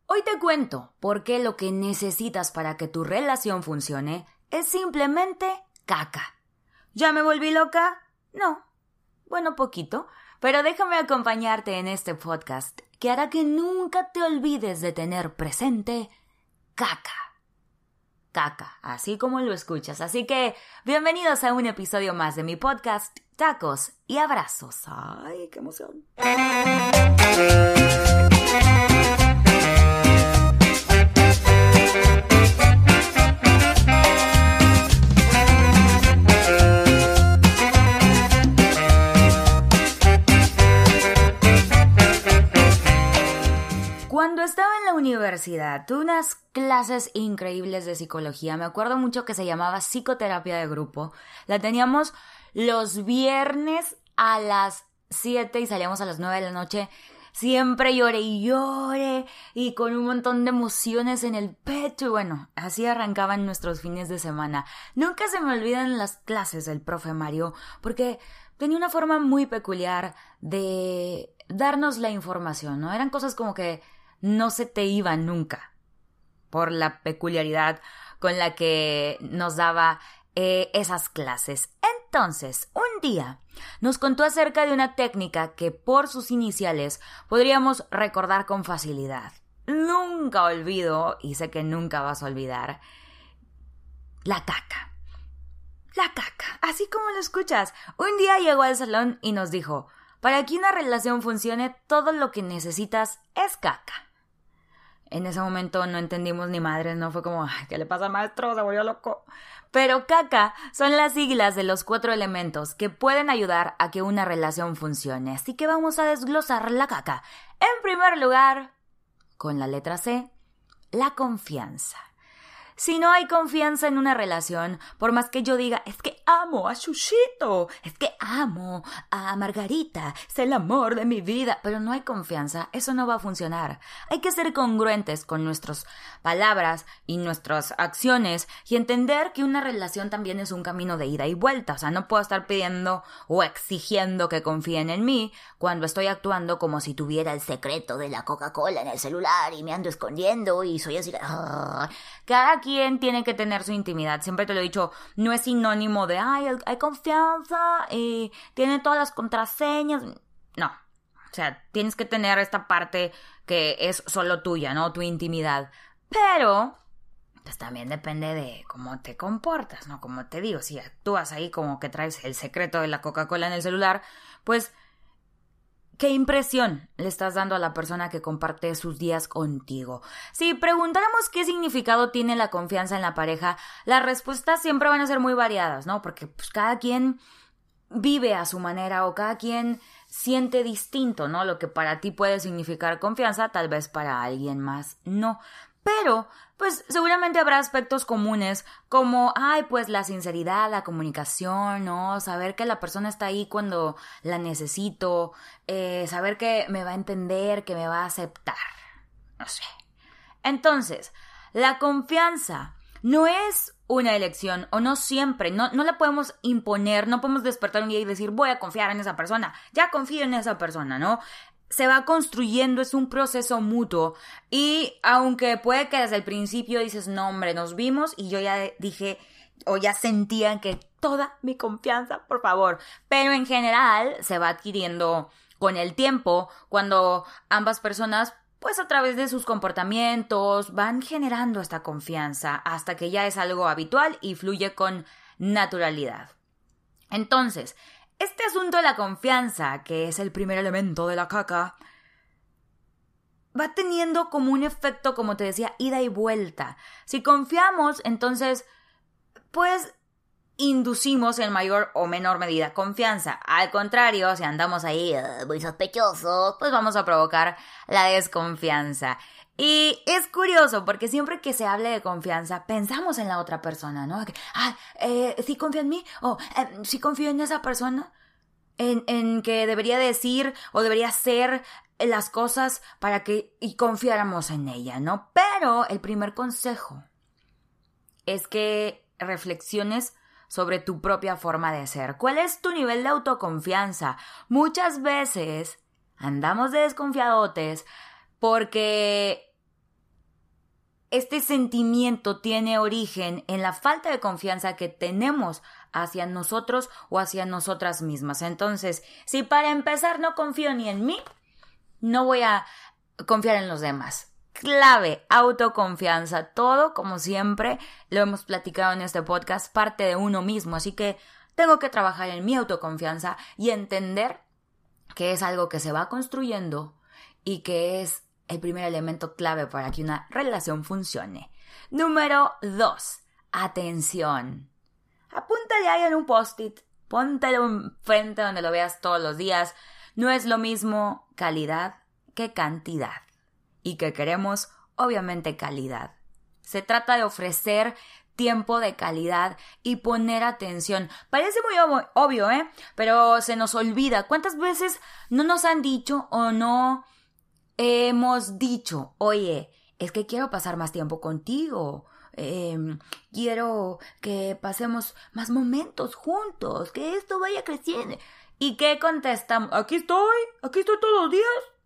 Hoy te cuento por qué lo que necesitas para que tu relación funcione es simplemente caca. ¿Ya me volví loca? No. Bueno, poquito. Pero déjame acompañarte en este podcast que hará que nunca te olvides de tener presente caca. Caca, así como lo escuchas. Así que, bienvenidos a un episodio más de mi podcast, Tacos y Abrazos. ¡Ay, qué emoción! Cuando estaba en la universidad, tuve unas clases increíbles de psicología. Me acuerdo mucho que se llamaba psicoterapia de grupo. La teníamos los viernes a las 7 y salíamos a las 9 de la noche. Siempre lloré y lloré y con un montón de emociones en el pecho. Y bueno, así arrancaban nuestros fines de semana. Nunca se me olvidan las clases del profe Mario porque tenía una forma muy peculiar de darnos la información, ¿no? Eran cosas como que no se te iba nunca por la peculiaridad con la que nos daba esas clases. Entonces, un día nos contó acerca de una técnica que por sus iniciales podríamos recordar con facilidad. Nunca olvido, y sé que nunca vas a olvidar, la caca. La caca, así como lo escuchas. Un día llegó al salón y nos dijo: para que una relación funcione, todo lo que necesitas es caca. En ese momento no entendimos ni madres, no fue como, ay, ¿qué le pasa al maestro? Se volvió loco. Pero caca son las siglas de los 4 elementos que pueden ayudar a que una relación funcione. Así que vamos a desglosar la caca. En primer lugar, con la letra C, la confianza. Si no hay confianza en una relación, por más que yo diga, es que amo a Chuchito, es que amo a Margarita, es el amor de mi vida, pero no hay confianza, eso no va a funcionar. Hay que ser congruentes con nuestras palabras y nuestras acciones y entender que una relación también es un camino de ida y vuelta. O sea, no puedo estar pidiendo o exigiendo que confíen en mí cuando estoy actuando como si tuviera el secreto de la Coca-Cola en el celular y me ando escondiendo y soy así. Cada quien tiene que tener su intimidad. Siempre te lo he dicho, no es sinónimo de hay confianza y tiene todas las contraseñas. No, o sea, tienes que tener esta parte que es solo tuya, ¿no? Tu intimidad. Pero pues también depende de cómo te comportas, ¿no? Como te digo, si actúas ahí como que traes el secreto de la Coca-Cola en el celular, pues ¿qué impresión le estás dando a la persona que comparte sus días contigo? Si preguntáramos qué significado tiene la confianza en la pareja, las respuestas siempre van a ser muy variadas, ¿no? Porque pues, cada quien vive a su manera o cada quien siente distinto, ¿no? Lo que para ti puede significar confianza, tal vez para alguien más no. Pero, pues, seguramente habrá aspectos comunes como, pues la sinceridad, la comunicación, ¿no? Saber que la persona está ahí cuando la necesito, saber que me va a entender, que me va a aceptar, no sé. Entonces, la confianza no es una elección, o no siempre, no la podemos imponer, no podemos despertar un día y decir, voy a confiar en esa persona, ya confío en esa persona, ¿no? Se va construyendo, es un proceso mutuo y aunque puede que desde el principio dices, no hombre, nos vimos y yo ya dije o ya sentía que toda mi confianza, por favor, pero en general se va adquiriendo con el tiempo cuando ambas personas pues a través de sus comportamientos van generando esta confianza hasta que ya es algo habitual y fluye con naturalidad. Entonces, este asunto de la confianza, que es el primer elemento de la caca, va teniendo como un efecto, como te decía, ida y vuelta. Si confiamos, entonces, pues, inducimos en mayor o menor medida confianza. Al contrario, si andamos ahí muy sospechosos, pues vamos a provocar la desconfianza. Y es curioso porque siempre que se hable de confianza pensamos en la otra persona, ¿no? ¿Sí confía en mí? ¿Sí confío en esa persona? En que debería decir o debería hacer las cosas para que y confiáramos en ella, ¿no? Pero el primer consejo es que reflexiones sobre tu propia forma de ser. ¿Cuál es tu nivel de autoconfianza? Muchas veces andamos de desconfiadotes porque este sentimiento tiene origen en la falta de confianza que tenemos hacia nosotros o hacia nosotras mismas. Entonces, si para empezar no confío ni en mí, no voy a confiar en los demás. Clave, autoconfianza. Todo, como siempre, lo hemos platicado en este podcast, parte de uno mismo. Así que tengo que trabajar en mi autoconfianza y entender que es algo que se va construyendo y que es el primer elemento clave para que una relación funcione. Número 2. Atención. Apúntale ahí en un post-it. Póntelo enfrente donde lo veas todos los días. No es lo mismo calidad que cantidad. Y que queremos, obviamente, calidad. Se trata de ofrecer tiempo de calidad y poner atención. Parece muy obvio, pero se nos olvida. ¿Cuántas veces no nos han dicho o no hemos dicho, oye, es que quiero pasar más tiempo contigo, quiero que pasemos más momentos juntos, que esto vaya creciendo? ¿Y qué contestamos? Aquí estoy todos los días.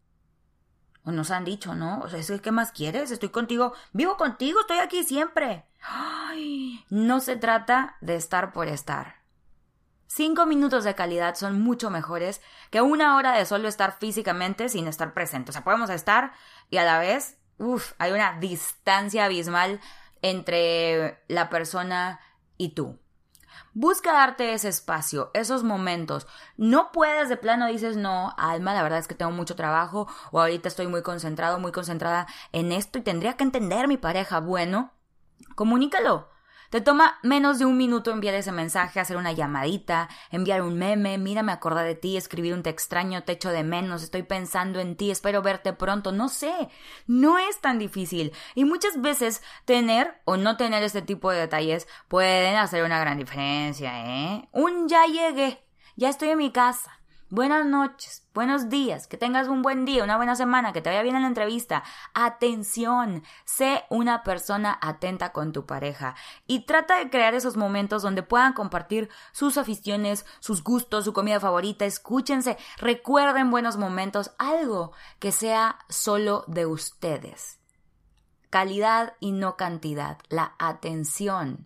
O nos han dicho, ¿no? O sea, ¿qué más quieres? Estoy contigo, vivo contigo, estoy aquí siempre. Ay, no se trata de estar por estar. 5 minutos de calidad son mucho mejores que 1 hora de solo estar físicamente sin estar presente. O sea, podemos estar y a la vez, hay una distancia abismal entre la persona y tú. Busca darte ese espacio, esos momentos. No puedes, de plano dices, no, Alma, la verdad es que tengo mucho trabajo o ahorita estoy muy concentrado, muy concentrada en esto y tendría que entender mi pareja. Bueno, comunícalo. Te toma menos de 1 minuto enviar ese mensaje, hacer una llamadita, enviar un meme, mira, me acordé de ti, escribir un te extraño, te echo de menos, estoy pensando en ti, espero verte pronto, no sé, no es tan difícil. Y muchas veces tener o no tener este tipo de detalles pueden hacer una gran diferencia, Un ya llegué, ya estoy en mi casa. Buenas noches, buenos días, que tengas un buen día, una buena semana, que te vaya bien en la entrevista. Atención, sé una persona atenta con tu pareja y trata de crear esos momentos donde puedan compartir sus aficiones, sus gustos, su comida favorita, escúchense, recuerden buenos momentos, algo que sea solo de ustedes. Calidad y no cantidad, la atención.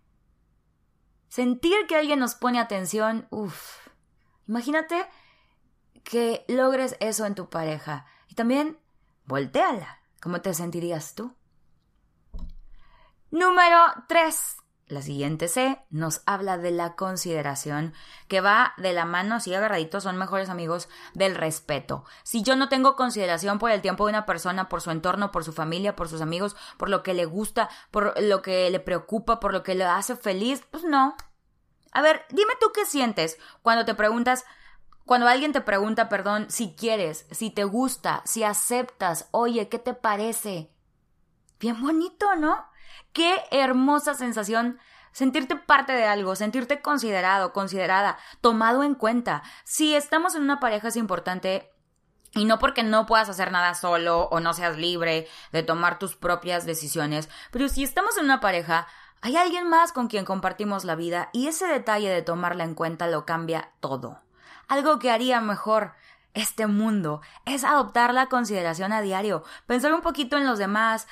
Sentir que alguien nos pone atención, imagínate que logres eso en tu pareja. Y también, voltéala. ¿Cómo te sentirías tú? Número 3. La siguiente C nos habla de la consideración, que va de la mano, así agarraditos, son mejores amigos del respeto. Si yo no tengo consideración por el tiempo de una persona, por su entorno, por su familia, por sus amigos, por lo que le gusta, por lo que le preocupa, por lo que le hace feliz, pues no. A ver, dime tú qué sientes cuando alguien te pregunta, si quieres, si te gusta, si aceptas, oye, ¿qué te parece? Bien bonito, ¿no? Qué hermosa sensación sentirte parte de algo, sentirte considerado, considerada, tomado en cuenta. Si estamos en una pareja es importante, y no porque no puedas hacer nada solo o no seas libre de tomar tus propias decisiones, pero si estamos en una pareja, hay alguien más con quien compartimos la vida y ese detalle de tomarla en cuenta lo cambia todo. Algo que haría mejor este mundo es adoptar la consideración a diario, pensar un poquito en los demás,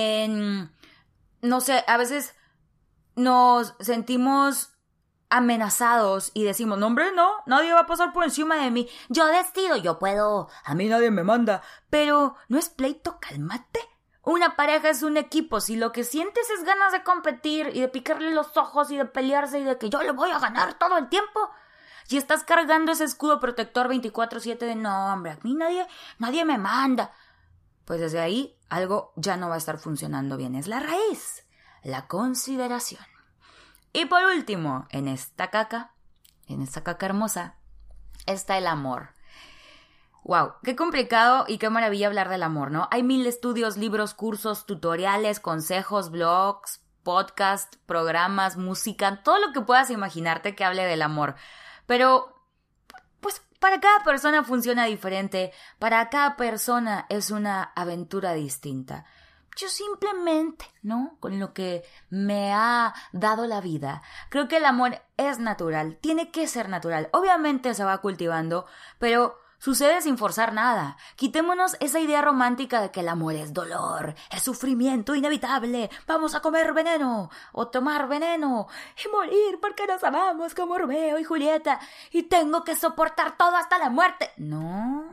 a veces nos sentimos amenazados y decimos, no hombre, no, nadie va a pasar por encima de mí, yo decido, yo puedo, a mí nadie me manda, pero no es pleito, cálmate. Una pareja es un equipo, si lo que sientes es ganas de competir y de picarle los ojos y de pelearse y de que yo le voy a ganar todo el tiempo, y estás cargando ese escudo protector 24/7 de no, hombre, a mí nadie me manda, pues desde ahí algo ya no va a estar funcionando bien. Es la raíz, la consideración. Y por último, en esta caca hermosa, está el amor. Wow, qué complicado y qué maravilla hablar del amor, ¿no? Hay 1000 estudios, libros, cursos, tutoriales, consejos, blogs, podcasts, programas, música, todo lo que puedas imaginarte que hable del amor. Pero, pues, para cada persona funciona diferente, para cada persona es una aventura distinta. Yo simplemente, ¿no? Con lo que me ha dado la vida, creo que el amor es natural, tiene que ser natural. Obviamente se va cultivando, pero Sucede sin forzar nada. Quitémonos esa idea romántica de que el amor es dolor, es sufrimiento inevitable. Vamos a comer veneno o tomar veneno y morir porque nos amamos como Romeo y Julieta y tengo que soportar todo hasta la muerte. No.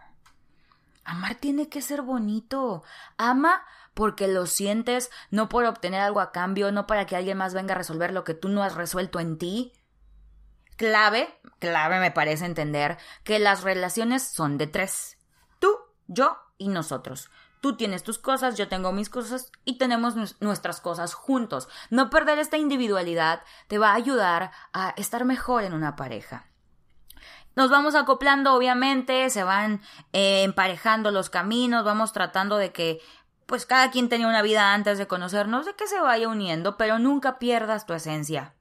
Amar tiene que ser bonito. Ama porque lo sientes, no por obtener algo a cambio, no para que alguien más venga a resolver lo que tú no has resuelto en ti. Clave me parece entender que las relaciones son de 3. Tú, yo y nosotros. Tú tienes tus cosas, yo tengo mis cosas y tenemos nuestras cosas juntos. No perder esta individualidad te va a ayudar a estar mejor en una pareja. Nos vamos acoplando, obviamente, se van emparejando los caminos, vamos tratando de que pues cada quien tenía una vida antes de conocernos, de que se vaya uniendo, pero nunca pierdas tu esencia.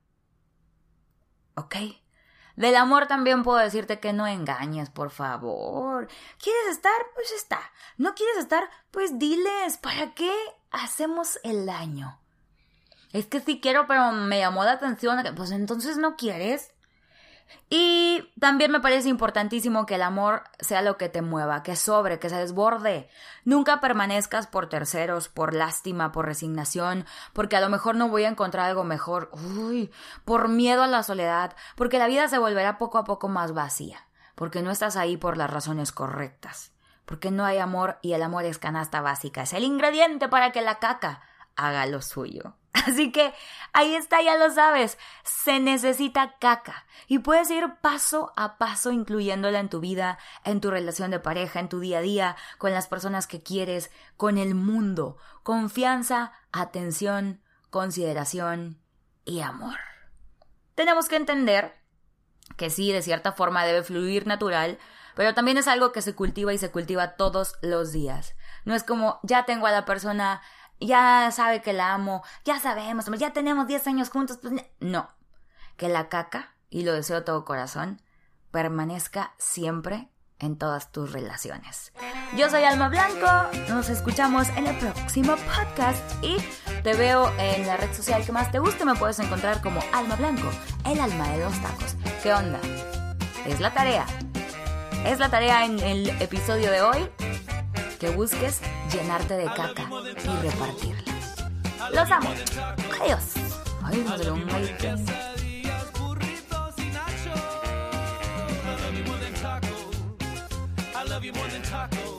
¿Ok? Del amor también puedo decirte que no engañes, por favor. ¿Quieres estar? Pues está. ¿No quieres estar? Pues diles. ¿Para qué hacemos el daño? Es que sí quiero, pero me llamó la atención. Pues entonces no quieres. Y también me parece importantísimo que el amor sea lo que te mueva, que sobre, que se desborde. Nunca permanezcas por terceros, por lástima, por resignación, porque a lo mejor no voy a encontrar algo mejor. Por miedo a la soledad, porque la vida se volverá poco a poco más vacía, porque no estás ahí por las razones correctas, porque no hay amor y el amor es canasta básica, es el ingrediente para que la caca haga lo suyo. Así que ahí está, ya lo sabes, se necesita caca y puedes ir paso a paso incluyéndola en tu vida, en tu relación de pareja, en tu día a día, con las personas que quieres, con el mundo. Confianza, atención, consideración y amor. Tenemos que entender que sí, de cierta forma debe fluir natural, pero también es algo que se cultiva y se cultiva todos los días. No es como, ya tengo a la persona, ya sabe que la amo, ya sabemos, ya tenemos 10 años juntos, pues no. Que la caca, y lo deseo de todo corazón, permanezca siempre en todas tus relaciones. Yo soy Alma Blanco, nos escuchamos en el próximo podcast y te veo en la red social que más te guste, me puedes encontrar como Alma Blanco, el alma de los tacos. ¿Qué onda? Es la tarea en el episodio de hoy, que busques llenarte de caca y repartirla. Los amo. Adiós. Ay, no se lo I love you more than tacos.